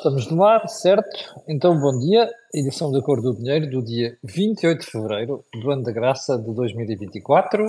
Estamos no ar, certo? Então, bom dia. Edição da Cor do Dinheiro do dia 28 de fevereiro do ano da graça de 2024.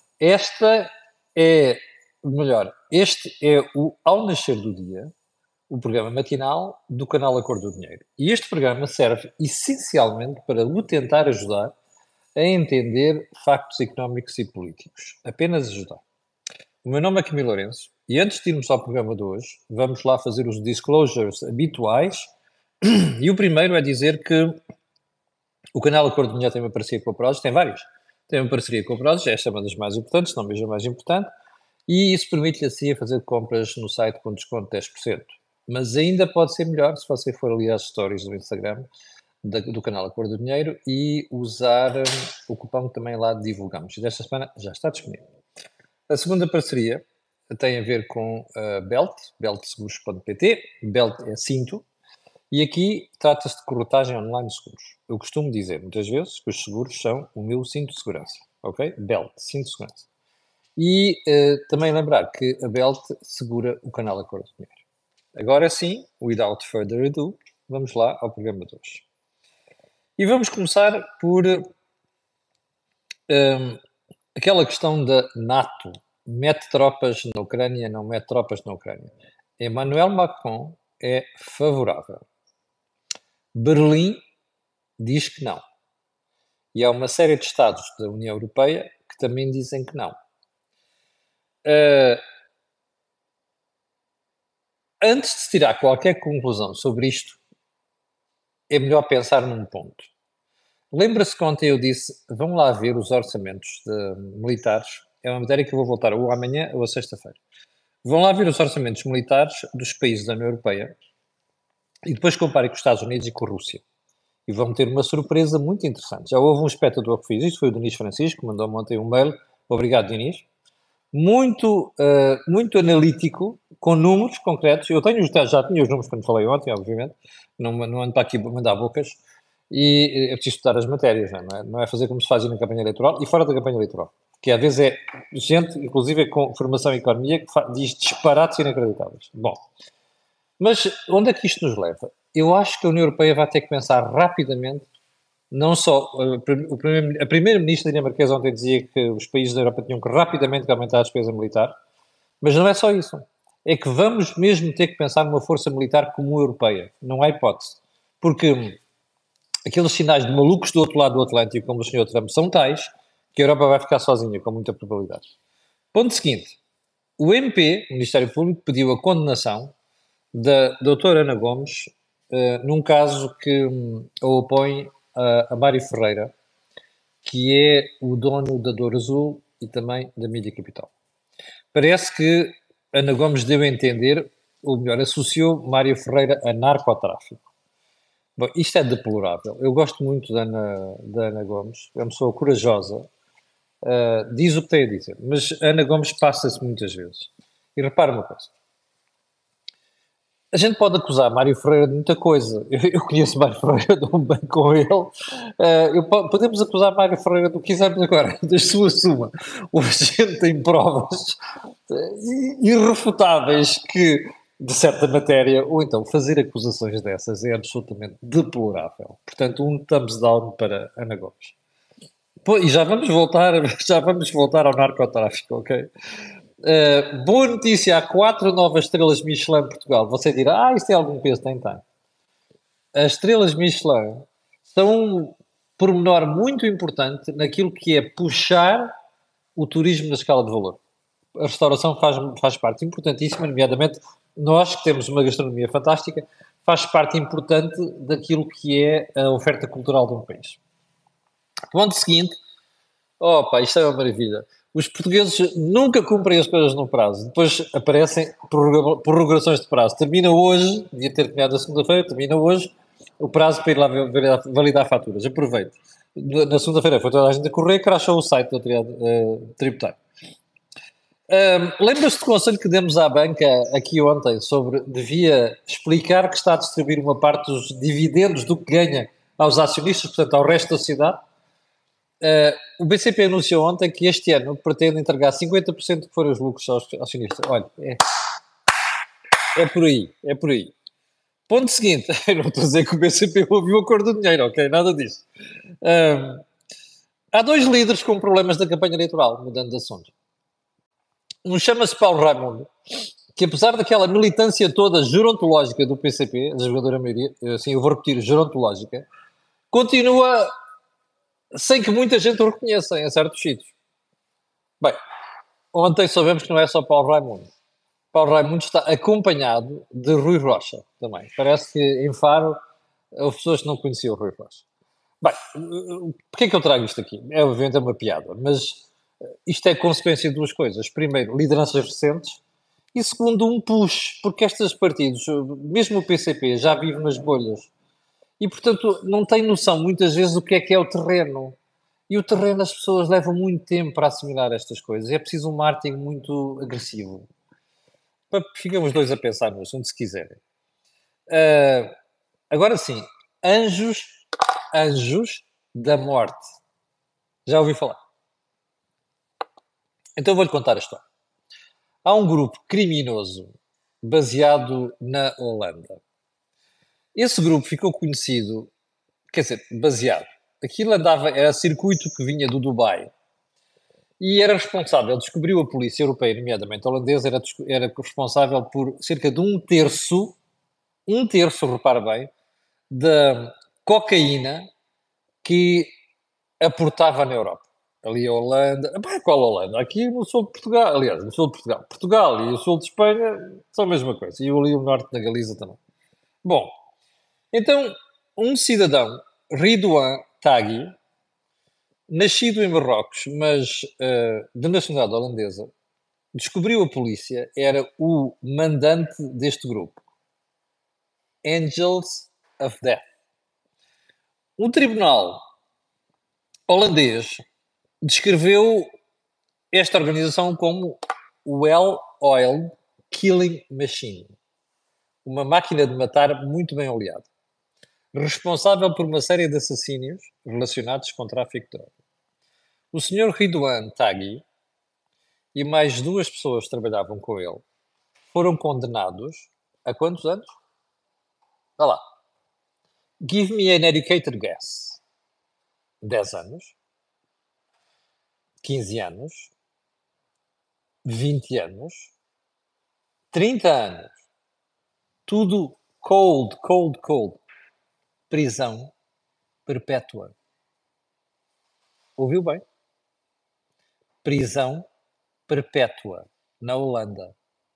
Este é o Ao Nascer do Dia, o programa matinal do canal A Cor do Dinheiro. E este programa serve essencialmente para o tentar ajudar a entender factos económicos e políticos. Apenas ajudar. O meu nome é Camilo Lourenço e antes de irmos ao programa de hoje, vamos lá fazer os disclosures habituais. E o primeiro é dizer que o canal Acordo de Dinheiro tem uma parceria com a Prozis, tem vários. Tem uma parceria com a Prozis, esta é uma das mais importantes, se não mesmo a mais importante, e isso permite-lhe assim fazer compras no site com desconto de 10%. Mas ainda pode ser melhor se você for ali às stories do Instagram do canal Acordo do Dinheiro e usar o cupom que também lá divulgamos. E desta semana já está disponível. A segunda parceria tem a ver com a Belt, beltseguros.pt. Belt é cinto. E aqui trata-se de corretagem online de seguros. Eu costumo dizer, muitas vezes, que os seguros são o meu cinto de segurança. Ok? Belt, cinto de segurança. E também lembrar que a Belt segura o canal Acordo do Dinheiro. Agora sim, without further ado, vamos lá ao programa de hoje. E vamos começar por aquela questão da NATO. Mete tropas na Ucrânia, não mete tropas na Ucrânia. Emmanuel Macron é favorável. Berlim diz que não. E há uma série de Estados da União Europeia que também dizem que não. Antes de se tirar qualquer conclusão sobre isto, é melhor pensar num ponto. Lembra-se que ontem eu disse, vão lá ver os orçamentos militares, é uma matéria que eu vou voltar ou amanhã ou a sexta-feira. Vão lá ver os orçamentos militares dos países da União Europeia e depois comparem com os Estados Unidos e com a Rússia. E vão ter uma surpresa muito interessante. Já houve um espectador que fez isto, foi o Denis Francisco, mandou-me ontem um mail. Obrigado, Denis. Muito analítico, com números concretos. Eu já tinha os números quando falei ontem, obviamente. Não ando para aqui mandar bocas. E é preciso estudar as matérias, não é? Não é fazer como se faz na campanha eleitoral e fora da campanha eleitoral. Que às vezes é gente, inclusive com formação em economia, que diz disparates inacreditáveis. Bom, mas onde é que isto nos leva? Eu acho que a União Europeia vai ter que pensar rapidamente, não só a primeira-ministra dinamarquesa ontem dizia que os países da Europa tinham que rapidamente aumentar a despesa militar, mas não é só isso. É que vamos mesmo ter que pensar numa força militar comum europeia. Não há hipótese. Porque aqueles sinais de malucos do outro lado do Atlântico, como o Sr. Trump, são tais que a Europa vai ficar sozinha, com muita probabilidade. Ponto seguinte. O MP, o Ministério Público, pediu a condenação da doutora Ana Gomes num caso que a opõe a Mário Ferreira, que é o dono da Douro Azul e também da Mídia Capital. Parece que Ana Gomes deu a entender, ou melhor, associou Mário Ferreira a narcotráfico. Bom, isto é deplorável. Eu gosto muito da Ana Gomes, é uma pessoa corajosa, diz o que tem a dizer, mas a Ana Gomes passa-se muitas vezes. E repara uma coisa. A gente pode acusar Mário Ferreira de muita coisa. Eu conheço Mário Ferreira, dou-me bem com ele. Podemos acusar Mário Ferreira do que quisermos agora, da sua suma. A gente tem provas irrefutáveis que, de certa matéria, ou então fazer acusações dessas é absolutamente deplorável. Portanto, um thumbs down para Ana Gomes. Pô, e já vamos voltar ao narcotráfico, ok? Boa notícia, há 4 novas estrelas Michelin em Portugal. Você dirá, isso tem algum peso? Tem. As estrelas Michelin são um pormenor muito importante naquilo que é puxar o turismo na escala de valor. A restauração faz parte importantíssima, nomeadamente nós que temos uma gastronomia fantástica, faz parte importante daquilo que é a oferta cultural de um país. Ponto seguinte, isto é uma maravilha. Os portugueses nunca cumprem as coisas no prazo. Depois aparecem prorrogações de prazo. Termina hoje, devia ter terminado a segunda-feira, termina hoje o prazo para ir lá validar faturas. Aproveito. Na segunda-feira foi toda a gente a correr, crashou o site do tributário. Lembras-te do conselho que demos à banca aqui ontem sobre devia explicar que está a distribuir uma parte dos dividendos do que ganha aos acionistas, portanto ao resto da sociedade? O BCP anunciou ontem que este ano pretende entregar 50% do que forem os lucros aos acionistas. Olha, é por aí. Ponto seguinte, eu não estou a dizer que o BCP ouviu a cor do dinheiro, ok? Nada disso. Ahm, há dois líderes com problemas da campanha eleitoral, mudando de assunto. Um chama-se Paulo Raimundo, que apesar daquela militância toda gerontológica do PCP, a esmagadora maioria, assim, eu vou repetir, gerontológica, continua sem que muita gente o reconheça em certos sítios. Bem, ontem soubemos que não é só Paulo Raimundo. Paulo Raimundo está acompanhado de Rui Rocha também. Parece que em Faro houve pessoas que não conheciam o Rui Rocha. Bem, porquê é que eu trago isto aqui? É, obviamente, é uma piada, mas isto é consequência de duas coisas. Primeiro, lideranças recentes e segundo, um push, porque estes partidos, mesmo o PCP, já vive nas bolhas e, portanto, não tem noção muitas vezes do que é o terreno. E o terreno as pessoas levam muito tempo para assimilar estas coisas. É preciso um marketing muito agressivo. Ficamos dois a pensar no assunto, se quiserem. Agora sim, anjos da morte. Já ouvi falar? Então vou-lhe contar a história. Há um grupo criminoso baseado na Holanda. Esse grupo ficou conhecido, quer dizer, baseado. Aquilo andava, era circuito que vinha do Dubai e era responsável, descobriu a polícia europeia, nomeadamente holandesa, era responsável por cerca de um terço, repare bem, da cocaína que aportava na Europa. Ali a Holanda, qual Holanda? Aqui no sul de Portugal, aliás, no sul de Portugal. Portugal e o sul de Espanha são a mesma coisa. E ali o norte da Galiza também. Bom, então, um cidadão, Ridouan Taghi, nascido em Marrocos, mas de nacionalidade holandesa, descobriu a polícia, era o mandante deste grupo. Angels of Death. Um tribunal holandês descreveu esta organização como Well-Oiled Killing Machine, uma máquina de matar muito bem oleada, responsável por uma série de assassínios relacionados com tráfico de droga. O Sr. Ridouan Taghi e mais duas pessoas que trabalhavam com ele foram condenados a quantos anos? Olha lá. Give me an educated guess. 10 anos, 15 anos, 20 anos, 30 anos. Tudo cold, cold, cold. Prisão perpétua. Ouviu bem? Prisão perpétua na Holanda.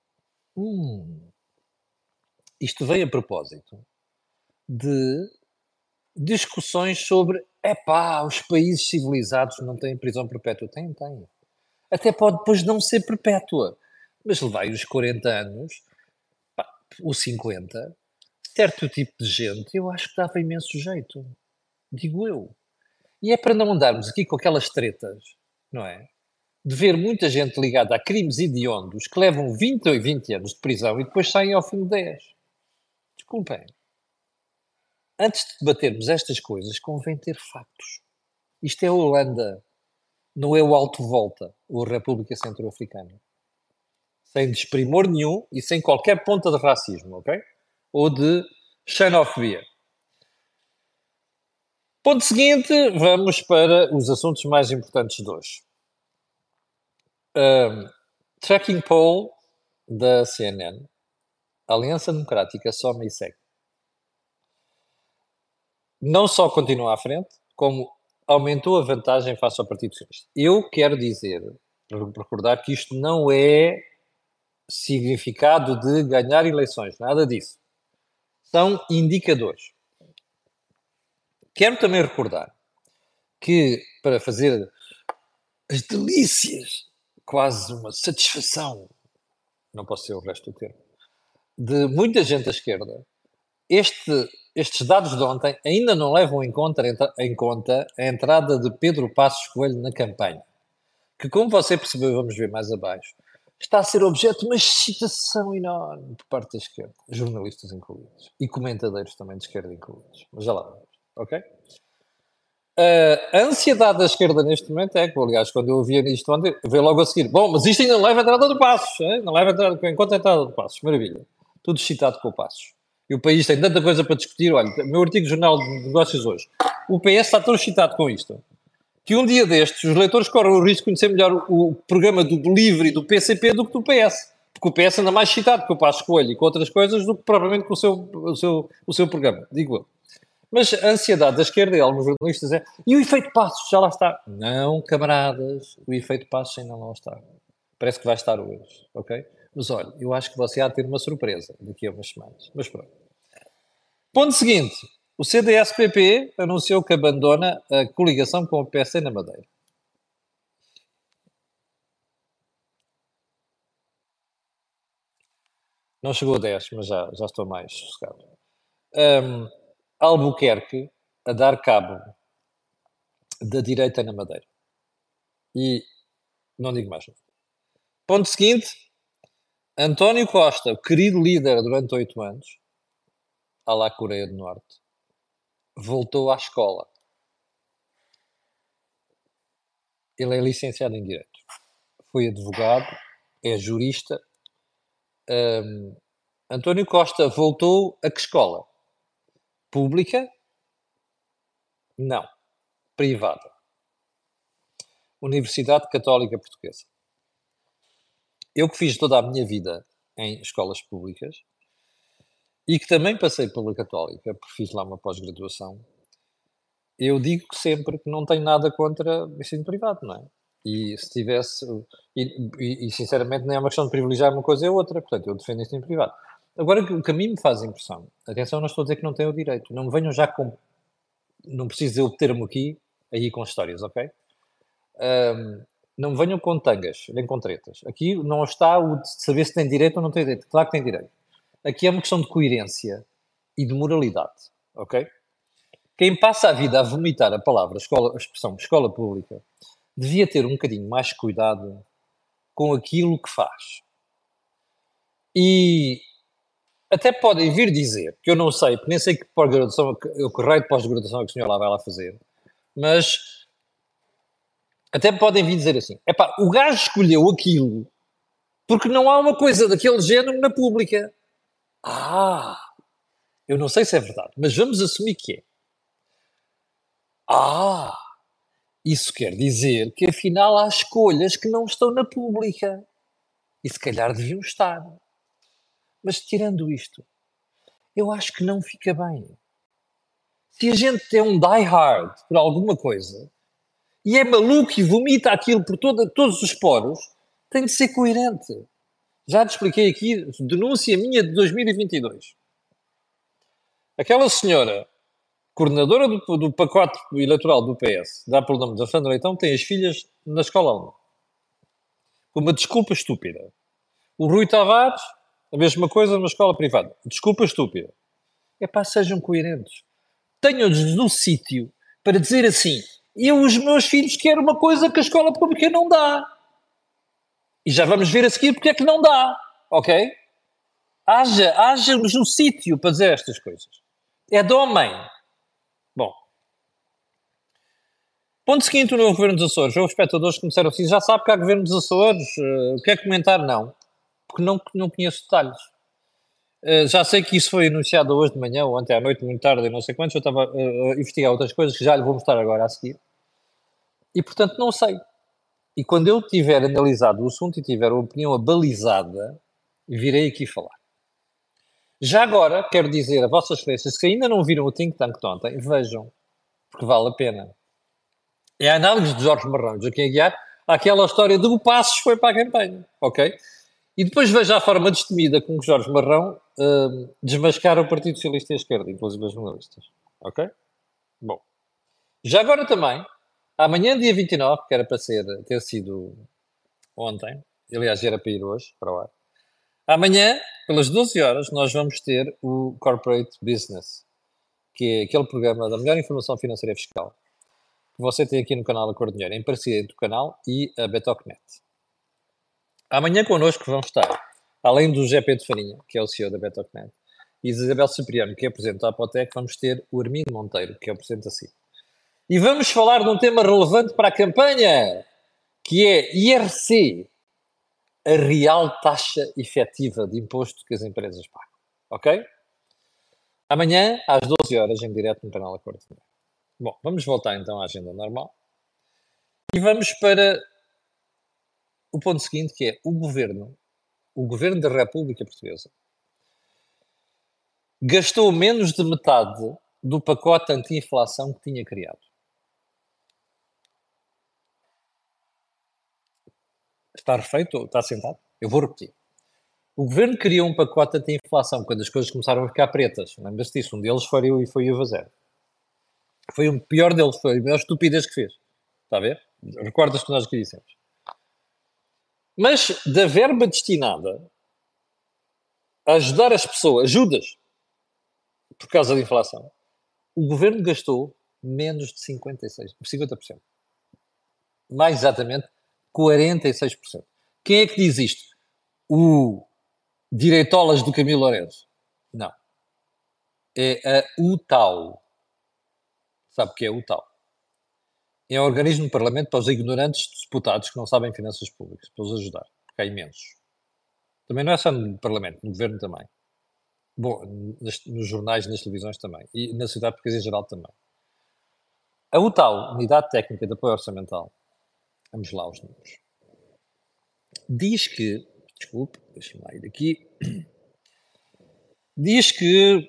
Isto veio a propósito de discussões sobre os países civilizados não têm prisão perpétua. Tem. Até pode depois não ser perpétua. Mas levai os 40 anos, os 50, certo tipo de gente, eu acho que dava imenso jeito. Digo eu. E é para não andarmos aqui com aquelas tretas, não é? De ver muita gente ligada a crimes hediondos que levam 20 ou 20 anos de prisão e depois saem ao fim de 10. Desculpem. Antes de debatermos estas coisas, convém ter factos. Isto é a Holanda, não é o Alto Volta, ou a República Centro-Africana. Sem desprimor nenhum e sem qualquer ponta de racismo, ok? Ou de xenofobia. Ponto seguinte, vamos para os assuntos mais importantes de hoje. Tracking poll da CNN. A Aliança Democrática soma e segue. Não só continua à frente, como aumentou a vantagem face ao Partido Socialista. Eu quero dizer, recordar que isto não é significado de ganhar eleições, nada disso. São indicadores. Quero também recordar que, para fazer as delícias, quase uma satisfação, não posso ser o resto do termo, de muita gente à esquerda, estes dados de ontem ainda não levam em conta a entrada de Pedro Passos Coelho na campanha, que, como você percebeu, vamos ver mais abaixo, está a ser objeto de uma excitação enorme por parte da esquerda, jornalistas incluídos, e comentadores também de esquerda incluídos. Mas já lá vamos, ok? A ansiedade da esquerda neste momento é que, aliás, quando eu ouvia isto ontem, veio logo a seguir, bom, mas isto ainda não leva a entrada do Passos, não leva em conta a entrada do Passos, maravilha. Tudo excitado com o Passos. e o país tem tanta coisa para discutir. Olha, o meu artigo de Jornal de Negócios hoje. O PS está tão excitado com isto que um dia destes os leitores correm o risco de conhecer melhor o programa do LIVRE e do PCP do que do PS. Porque o PS anda mais excitado com o Passos Coelho e com outras coisas do que propriamente com o seu programa, digo eu. Mas a ansiedade da esquerda e alguns jornalistas é e o efeito Passos já lá está. Não, camaradas, o efeito Passos ainda não está. Parece que vai estar hoje, ok? Mas olha, eu acho que você há de ter uma surpresa daqui a umas semanas. Mas pronto. Ponto seguinte. O CDS-PP anunciou que abandona a coligação com o PC na Madeira. Não chegou a 10, mas já estou mais sossegado. Albuquerque a dar cabo da direita na Madeira. E não digo mais. Ponto seguinte. António Costa, querido líder durante 8 anos, à la Coreia do Norte, voltou à escola. Ele é licenciado em Direito. Foi advogado, é jurista. António Costa voltou a que escola? Pública? Não. Privada. Universidade Católica Portuguesa. Eu que fiz toda a minha vida em escolas públicas e que também passei pela Católica, porque fiz lá uma pós-graduação, eu digo sempre que não tenho nada contra o ensino privado, não é? E se tivesse. Sinceramente, nem é uma questão de privilegiar uma coisa ou outra, portanto, eu defendo o ensino privado. Agora, o que a mim me faz impressão, atenção, não estou a dizer que não tenho o direito, não me venham já com. Não preciso eu ter-me aqui, aí com histórias, ok? Não me venham com tangas, nem com tretas. Aqui não está o de saber se tem direito ou não tem direito. Claro que tem direito. Aqui é uma questão de coerência e de moralidade, ok? Quem passa a vida a vomitar a palavra escola, a expressão escola pública devia ter um bocadinho mais cuidado com aquilo que faz. E até podem vir dizer, que eu não sei, porque nem sei que pós-graduação, que raio de pós-graduação é que o senhor lá vai lá fazer, mas até podem vir dizer assim, epá, o gajo escolheu aquilo porque não há uma coisa daquele género na pública. Eu não sei se é verdade, mas vamos assumir que é. Isso quer dizer que afinal há escolhas que não estão na pública. E se calhar deviam estar. Mas tirando isto, eu acho que não fica bem. Se a gente tem um die hard por alguma coisa e é maluco e vomita aquilo por todos os poros, tem de ser coerente. Já te expliquei aqui, denúncia minha de 2022. Aquela senhora, coordenadora do pacote eleitoral do PS, dá pelo nome da Sandra Leitão, tem as filhas na escola 1. Uma desculpa estúpida. O Rui Tavares, a mesma coisa numa escola privada. Desculpa estúpida. Epá, sejam coerentes. Tenham-nos no sítio para dizer assim, eu, os meus filhos, quero uma coisa que a escola pública não dá. E já vamos ver a seguir porque é que não dá. Ok? Haja-nos no sítio para dizer estas coisas. É de homem. Bom. Ponto seguinte, o novo governo dos Açores. Houve espectadores que começaram assim, já sabe que há governo dos Açores, quer comentar? Não. Porque não conheço detalhes. Já sei que isso foi anunciado hoje de manhã ou ontem à noite, muito tarde, não sei quantos. Eu estava a investigar outras coisas que já lhe vou mostrar agora a seguir. E, portanto, não sei. E quando eu tiver analisado o assunto e tiver a opinião abalizada, virei aqui falar. Já agora, quero dizer a vossas excelências, se ainda não viram o Think Tank de ontem, vejam, porque vale a pena. É a análise de Jorge Marrão e Joaquim Aguiar àquela história de o Passos foi para a campanha, ok? E depois veja a forma destemida com que Jorge Marrão desmascara o Partido Socialista e a esquerda, inclusive os jornalistas, ok? Bom, já agora também, amanhã, dia 29, que era para ter sido ontem, aliás, era para ir hoje, para o ar. Amanhã, pelas 12 horas, nós vamos ter o Corporate Business, que é aquele programa da melhor informação financeira e fiscal que você tem aqui no canal da Cor de Dinheiro, em parceria entre o canal e a Betocnet. Amanhã connosco vão estar, além do GP de Farinha, que é o CEO da Betocnet, e Isabel Cipriano, que é presidente da Apotec, vamos ter o Armindo Monteiro, que é o presidente da CIP. E vamos falar de um tema relevante para a campanha, que é IRC, a real taxa efetiva de imposto que as empresas pagam. Ok? Amanhã, às 12 horas, em direto no canal Acordo. Bom, vamos voltar então à agenda normal. E vamos para o ponto seguinte, que é o governo da República Portuguesa, gastou menos de metade do pacote anti-inflação que tinha criado. Está refeito? Está sentado? Eu vou repetir. O governo criou um pacote anti-inflação quando as coisas começaram a ficar pretas. Lembras-te disso? Um deles foi o IVA zero. Foi o pior deles, foi a maior estupidez que fez. Está a ver? Recordas que nós aqui dissemos. Mas da verba destinada a ajudar as pessoas, ajudas, por causa da inflação, o governo gastou menos de 50%. Mais exatamente, 46%. Quem é que diz isto? O Direitolas do Camilo Lourenço? Não. É a UTAU. Sabe o que é a UTAU? É um organismo do Parlamento para os ignorantes deputados que não sabem finanças públicas, para os ajudar, porque há imensos. Também não é só no Parlamento, no Governo também. Bom, nos jornais, nas televisões também. E na sociedade portuguesa em geral também. A UTAU, Unidade Técnica de Apoio Orçamental, vamos lá os números, diz que, desculpe, deixa-me lá ir aqui, diz que,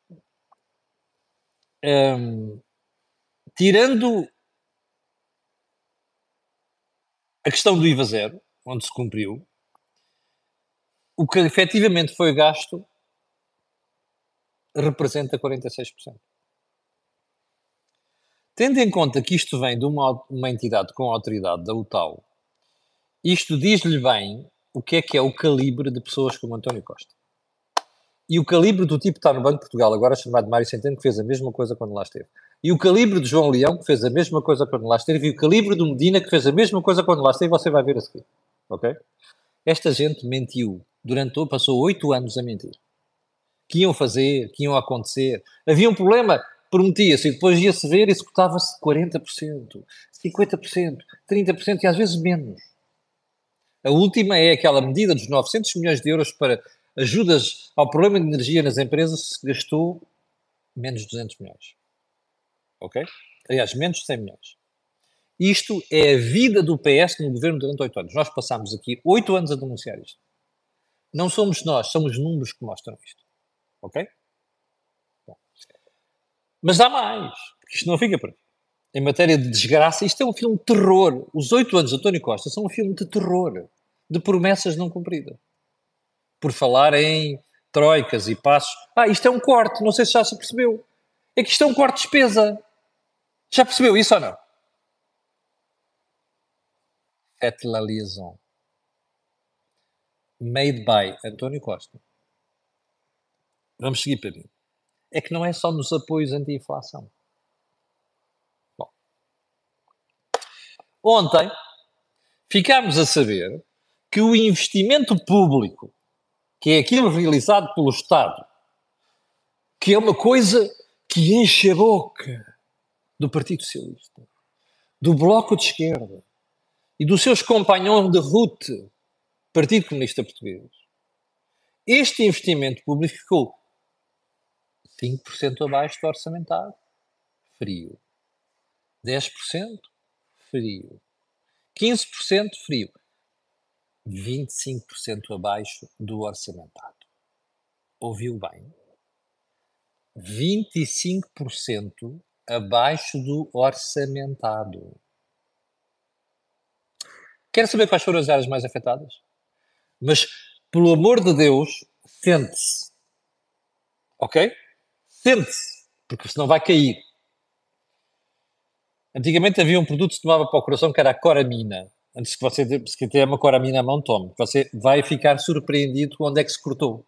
tirando a questão do IVA zero, onde se cumpriu, o que efetivamente foi gasto representa 46%. Tendo em conta que isto vem de uma entidade com autoridade, da UTAU, isto diz-lhe bem o que é o calibre de pessoas como António Costa. E o calibre do tipo que está no Banco de Portugal, agora chamado Mário Centeno, que fez a mesma coisa quando lá esteve. E o calibre de João Leão, que fez a mesma coisa quando lá esteve. E o calibre do Medina, que fez a mesma coisa quando lá esteve. Você vai ver a seguir. Ok? Esta gente mentiu. Passou 8 anos a mentir. Que iam fazer, que iam acontecer. Havia um problema, prometia-se, e depois ia-se ver e executava-se 40%, 50%, 30% e às vezes menos. A última é aquela medida dos 900 milhões de euros para ajudas ao problema de energia nas empresas, se gastou menos de 200 milhões. Ok? Aliás, menos de 100 milhões. Isto é a vida do PS no governo durante 8 anos. Nós passámos aqui 8 anos a denunciar isto. Não somos nós, são os números que mostram isto. Ok? Bom. Mas há mais, porque isto não fica por aqui. Em matéria de desgraça, isto é um filme de terror. Os 8 anos de António Costa são um filme de terror, de promessas não cumpridas. Por falar em troicas e passos. Isto é um corte, não sei se já se percebeu. É que isto é um corte de despesa. Já percebeu isso ou não? Faites la liaison. Made by António Costa. Vamos seguir para mim. É que não é só nos apoios anti-inflação. Bom. Ontem ficámos a saber que o investimento público, que é aquilo realizado pelo Estado, que é uma coisa que enche a boca do Partido Socialista, do Bloco de Esquerda e dos seus companhões de route, Partido Comunista Português, este investimento público ficou 5% abaixo do orçamentado. Frio. 10% frio. 15% frio. 25% abaixo do orçamentado. Ouviu bem? 25% abaixo do orçamentado. Quer saber quais foram as áreas mais afetadas? Mas, pelo amor de Deus, sente-se. Ok? Sente-se, porque senão vai cair. Antigamente havia um produto que se tomava para o coração que era a coramina. Antes que você, se tiver uma coramina à mão, tome. Você vai ficar surpreendido onde é que se cortou.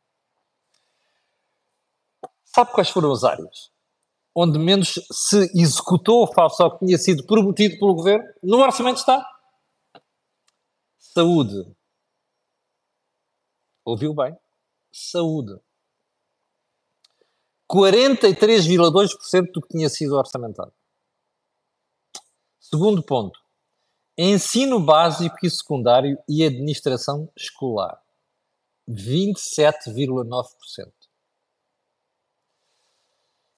Sabe quais foram as áreas onde menos se executou face ao que tinha sido prometido pelo governo? No orçamento está. Saúde. Ouviu bem? Saúde. 43,2% do que tinha sido orçamentado. Segundo ponto. Ensino básico e secundário e administração escolar. 27,9%.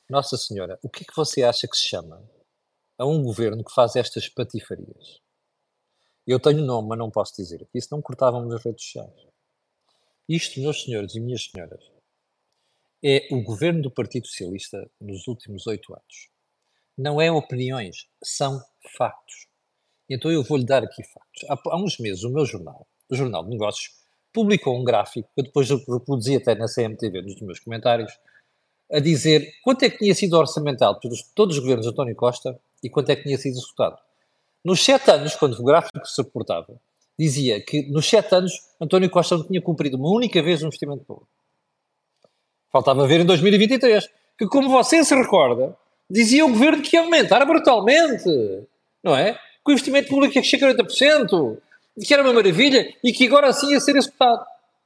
Nossa Senhora, o que é que você acha que se chama a um governo que faz estas patifarias? Eu tenho nome, mas não posso dizer aqui, senão cortavam-me nas redes sociais. Isto, meus senhores e minhas senhoras, é o governo do Partido Socialista nos últimos 8 anos. Não é opiniões, são factos. Então eu vou-lhe dar aqui factos. Há uns meses o meu jornal, o Jornal de Negócios, publicou um gráfico, que eu depois reproduzi até na CMTV nos meus comentários, a dizer quanto é que tinha sido orçamentado por todos os governos de António Costa e quanto é que tinha sido executado. Nos 7 anos, quando o gráfico se reportava, dizia que nos 7 anos António Costa não tinha cumprido uma única vez um investimento público. Faltava ver em 2023, que como você se recorda, dizia o governo que ia aumentar brutalmente, não é? Que o investimento público ia chegar a 80%, que era uma maravilha e que agora sim ia ser executado.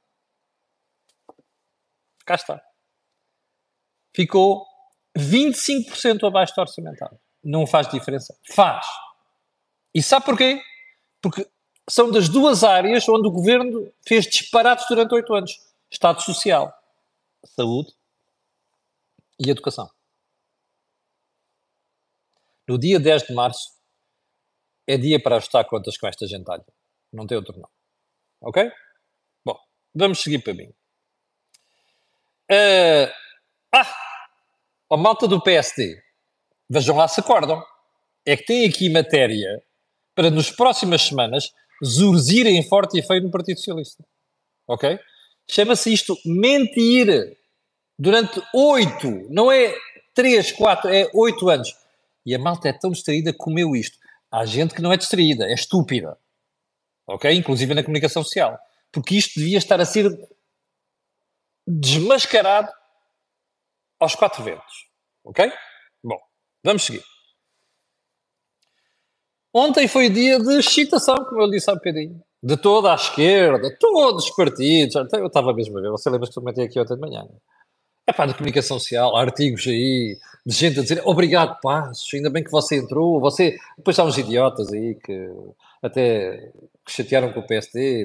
Cá está. Ficou 25% abaixo do orçamentário. Não faz diferença? Faz. E sabe porquê? Porque são das duas áreas onde o governo fez disparates durante 8 anos. Estado Social, Saúde e Educação. No dia 10 de março é dia para ajustar contas com esta gentalha. Não tem outro não. Ok? Bom, vamos seguir para mim. A malta do PSD, vejam lá se acordam. É que tem aqui matéria para nas próximas semanas zurzirem forte e feio no Partido Socialista. Ok? Chama-se isto mentir durante 8, não é 3, 4, é 8 anos. E a malta é tão distraída que comeu isto. Há gente que não é distraída, é estúpida. Ok? Inclusive na comunicação social. Porque isto devia estar a ser desmascarado aos 4 ventos. Ok? Bom, vamos seguir. Ontem foi dia de excitação, como eu disse há bocadinho. De toda a esquerda, todos os partidos. Eu estava mesmo a ver, você lembra que eu comentei aqui ontem de manhã. É pá, de comunicação social, artigos aí, de gente a dizer obrigado, Passos, ainda bem que você entrou. Você... Depois há uns idiotas aí que até que chatearam com o PSD,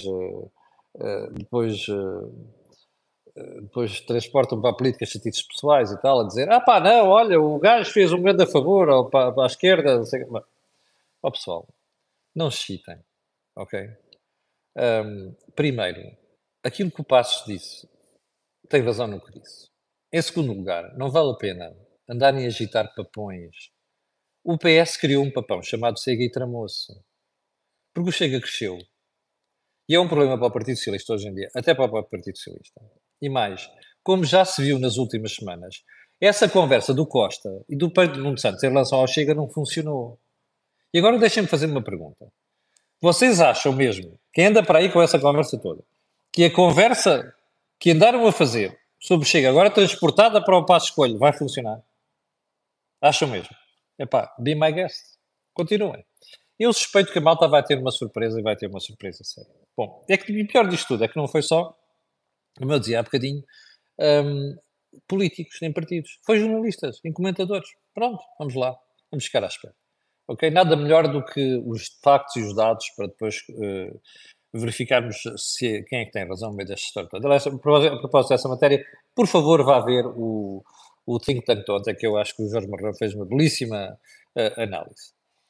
depois transportam para a política chatices pessoais e tal, a dizer ah pá, não, olha, o gajo fez um grande favor para a esquerda, não sei o quê. Ó pessoal, não se chitem, ok? Primeiro, aquilo que o Passos disse, tem razão no que disse. Em segundo lugar, não vale a pena andarem a agitar papões. O PS criou um papão chamado Chega e Tramoço, porque o Chega cresceu. E é um problema para o Partido Socialista hoje em dia, até para o próprio Partido Socialista. E mais, como já se viu nas últimas semanas, essa conversa do Costa e do Pedro Nuno Santos em relação ao Chega não funcionou. E agora deixem-me fazer uma pergunta. Vocês acham mesmo, quem anda para aí com essa conversa toda, que a conversa que andaram a fazer sobre o Chega, agora transportada para o Passo Escolho, vai funcionar? Acham mesmo? Epá, be my guest. Continuem. Eu suspeito que a malta vai ter uma surpresa e vai ter uma surpresa séria. Bom, é que o pior disto tudo é que não foi só, como eu dizia há bocadinho, hum, políticos, nem partidos. Foi jornalistas, em comentadores. Pronto, vamos lá. Vamos ficar à espera. Ok? Nada melhor do que os factos e os dados para depois verificarmos quem é que tem razão no meio desta história toda. Aliás, a propósito dessa matéria, por favor, vá ver o Think Tank de ontem, que eu acho que o Jorge Marrão fez uma belíssima análise.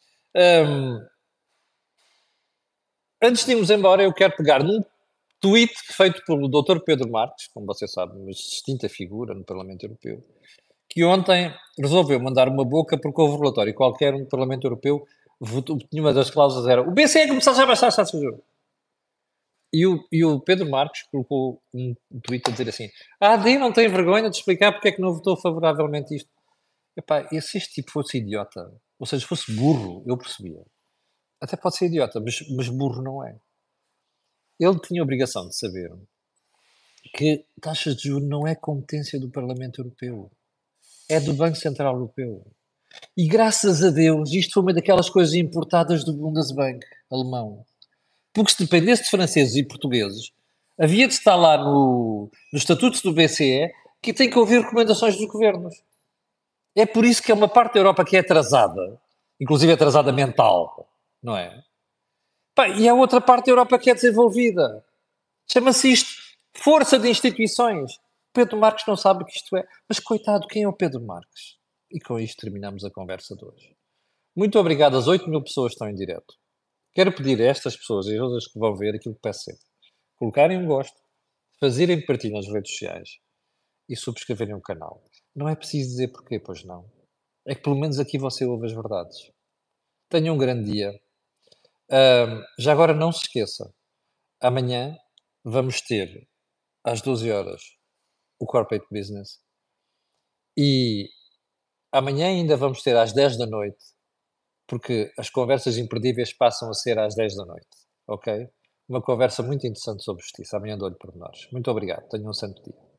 Antes de irmos embora, eu quero pegar num tweet feito pelo Dr. Pedro Marques, como você sabe, uma distinta figura no Parlamento Europeu, que ontem resolveu mandar uma boca porque houve relatório qualquer no Parlamento Europeu, uma das cláusulas era o BCE começar já a baixar as taxas de juros. E o Pedro Marques colocou um tweet a dizer assim: a AD não tem vergonha de explicar porque é que não votou favoravelmente isto. Epá, e se este tipo fosse idiota, ou seja, fosse burro, eu percebia. Até pode ser idiota, mas burro não é. Ele tinha a obrigação de saber que taxas de juros não é competência do Parlamento Europeu, é do Banco Central Europeu. E graças a Deus, isto foi uma daquelas coisas importadas do Bundesbank alemão. Porque se dependesse de franceses e portugueses, havia de estar lá no estatuto do BCE que tem que ouvir recomendações dos governos. É por isso que é uma parte da Europa que é atrasada, inclusive atrasada mental, não é? Pá, e há outra parte da Europa que é desenvolvida. Chama-se isto força de instituições. Pedro Marques não sabe o que isto é. Mas coitado, quem é o Pedro Marques? E com isto terminamos a conversa de hoje. Muito obrigado às 8.000 pessoas que estão em direto. Quero pedir a estas pessoas e a outras que vão ver aquilo que peço sempre. Colocarem um gosto, fazerem partilha nas redes sociais e subscreverem o canal. Não é preciso dizer porquê, pois não. É que pelo menos aqui você ouve as verdades. Tenha um grande dia. Já agora não se esqueça, amanhã vamos ter às 12 horas o Corporate Business e amanhã ainda vamos ter às 10 da noite, porque as conversas imperdíveis passam a ser às 10 da noite, ok? Uma conversa muito interessante sobre justiça. Amanhã dou-lhe pormenores. Muito obrigado. Tenha um santo dia.